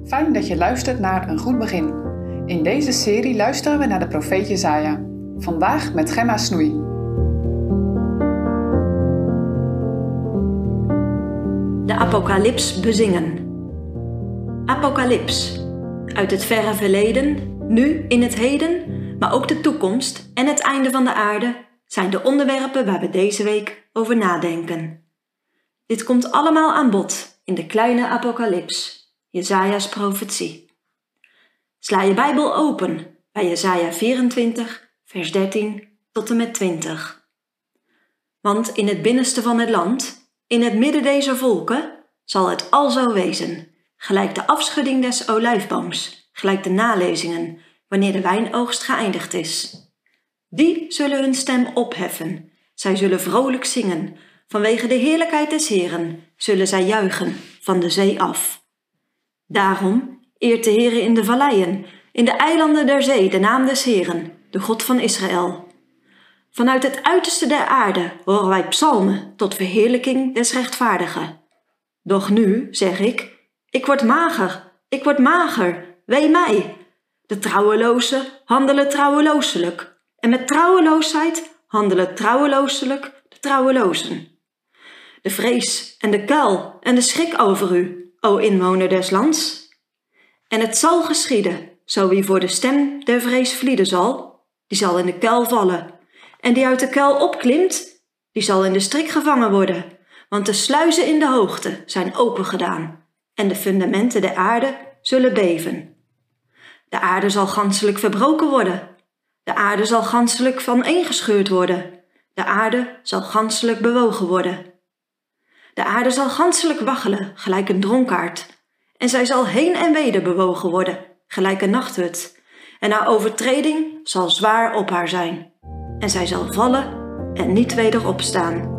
Fijn dat je luistert naar Een Goed Begin. In deze serie luisteren we naar de profeet Jesaja. Vandaag met Gemma Snoei. De apocalyps bezingen. Apocalyps. Uit het verre verleden, nu in het heden, maar ook de toekomst en het einde van de aarde zijn de onderwerpen waar we deze week over nadenken. Dit komt allemaal aan bod in de kleine apocalyps, Jesaja's profetie. Sla je Bijbel open bij Jesaja 24, vers 13 tot en met 20. Want in het binnenste van het land, in het midden deze volken, zal het alzo wezen, gelijk de afschudding des olijfbooms, gelijk de nalezingen, wanneer de wijnoogst geëindigd is. Die zullen hun stem opheffen, zij zullen vrolijk zingen, vanwege de heerlijkheid des Heeren zullen zij juichen van de zee af. Daarom eert de Heere in de valleien, in de eilanden der zee, de naam des Heeren, de God van Israël. Vanuit het uiterste der aarde horen wij psalmen tot verheerlijking des rechtvaardigen. Doch nu, zeg ik word mager, wee mij. De trouwelozen handelen trouwelooselijk, en met trouweloosheid handelen trouwelooselijk de trouwelozen. De vrees en de kuil en de schrik over u, o inwoner des lands. En het zal geschieden, zo wie voor de stem der vrees vlieden zal, die zal in de kuil vallen. En die uit de kuil opklimt, die zal in de strik gevangen worden. Want de sluizen in de hoogte zijn opengedaan, en de fundamenten der aarde zullen beven. De aarde zal ganselijk verbroken worden. De aarde zal ganselijk vaneengescheurd worden. De aarde zal ganselijk bewogen worden. De aarde zal ganselijk waggelen, gelijk een dronkaard. En zij zal heen en weder bewogen worden, gelijk een nachthut. En haar overtreding zal zwaar op haar zijn. En zij zal vallen en niet weder opstaan.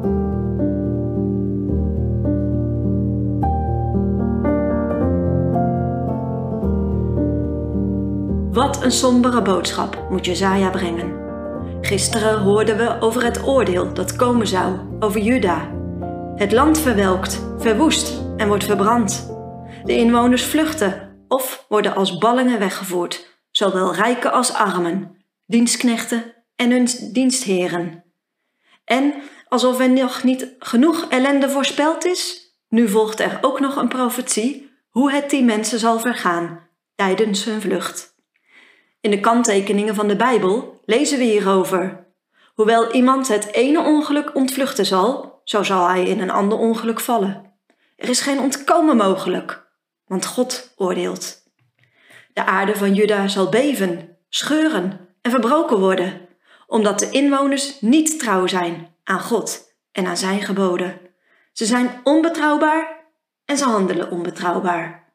Wat een sombere boodschap moet Jesaja brengen. Gisteren hoorden we over het oordeel dat komen zou over Juda. Het land verwelkt, verwoest en wordt verbrand. De inwoners vluchten of worden als ballingen weggevoerd, zowel rijken als armen, dienstknechten en hun dienstheren. En alsof er nog niet genoeg ellende voorspeld is, nu volgt er ook nog een profetie hoe het die mensen zal vergaan tijdens hun vlucht. In de kanttekeningen van de Bijbel lezen we hierover. Hoewel iemand het ene ongeluk ontvluchten zal, zo zal hij in een ander ongeluk vallen. Er is geen ontkomen mogelijk, want God oordeelt. De aarde van Juda zal beven, scheuren en verbroken worden, omdat de inwoners niet trouw zijn aan God en aan zijn geboden. Ze zijn onbetrouwbaar en ze handelen onbetrouwbaar.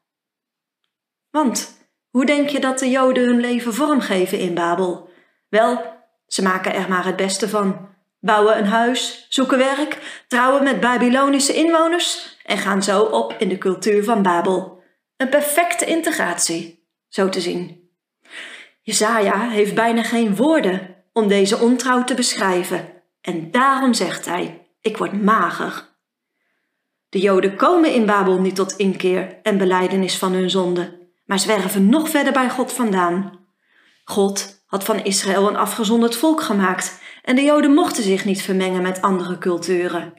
Want hoe denk je dat de Joden hun leven vormgeven in Babel? Wel, ze maken er maar het beste van. Bouwen een huis, zoeken werk, trouwen met Babylonische inwoners en gaan zo op in de cultuur van Babel. Een perfecte integratie, zo te zien. Jesaja heeft bijna geen woorden om deze ontrouw te beschrijven en daarom zegt hij, ik word mager. De Joden komen in Babel niet tot inkeer en belijdenis van hun zonde, maar zwerven nog verder bij God vandaan. God had van Israël een afgezonderd volk gemaakt en de Joden mochten zich niet vermengen met andere culturen.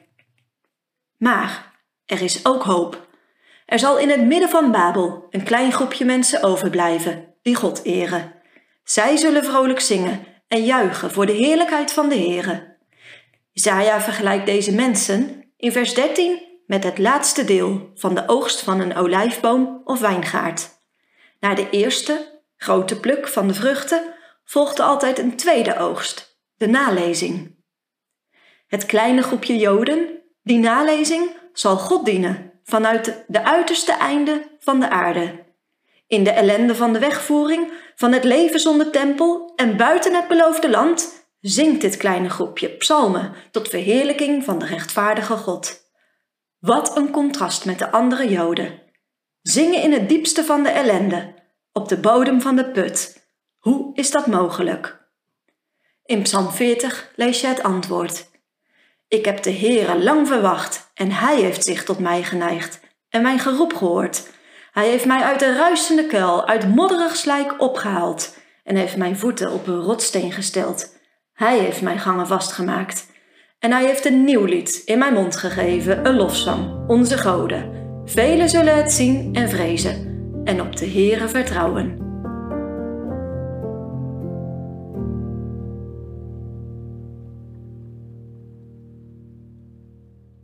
Maar er is ook hoop. Er zal in het midden van Babel een klein groepje mensen overblijven die God eren. Zij zullen vrolijk zingen en juichen voor de heerlijkheid van de Heere. Jesaja vergelijkt deze mensen in vers 13 met het laatste deel van de oogst van een olijfboom of wijngaard. Na de eerste, grote pluk van de vruchten volgde altijd een tweede oogst, de nalezing. Het kleine groepje Joden, die nalezing, zal God dienen vanuit de uiterste einden van de aarde. In de ellende van de wegvoering, van het leven zonder tempel en buiten het beloofde land, zingt dit kleine groepje psalmen tot verheerlijking van de rechtvaardige God. Wat een contrast met de andere Joden. Zingen in het diepste van de ellende, op de bodem van de put. Hoe is dat mogelijk? In Psalm 40 lees je het antwoord. Ik heb de Heere lang verwacht en hij heeft zich tot mij geneigd en mijn geroep gehoord. Hij heeft mij uit de ruisende kuil, uit modderig slijk opgehaald en heeft mijn voeten op een rotssteen gesteld. Hij heeft mijn gangen vastgemaakt. En hij heeft een nieuw lied in mijn mond gegeven, een lofzang, onze goden. Velen zullen het zien en vrezen en op de Heere vertrouwen.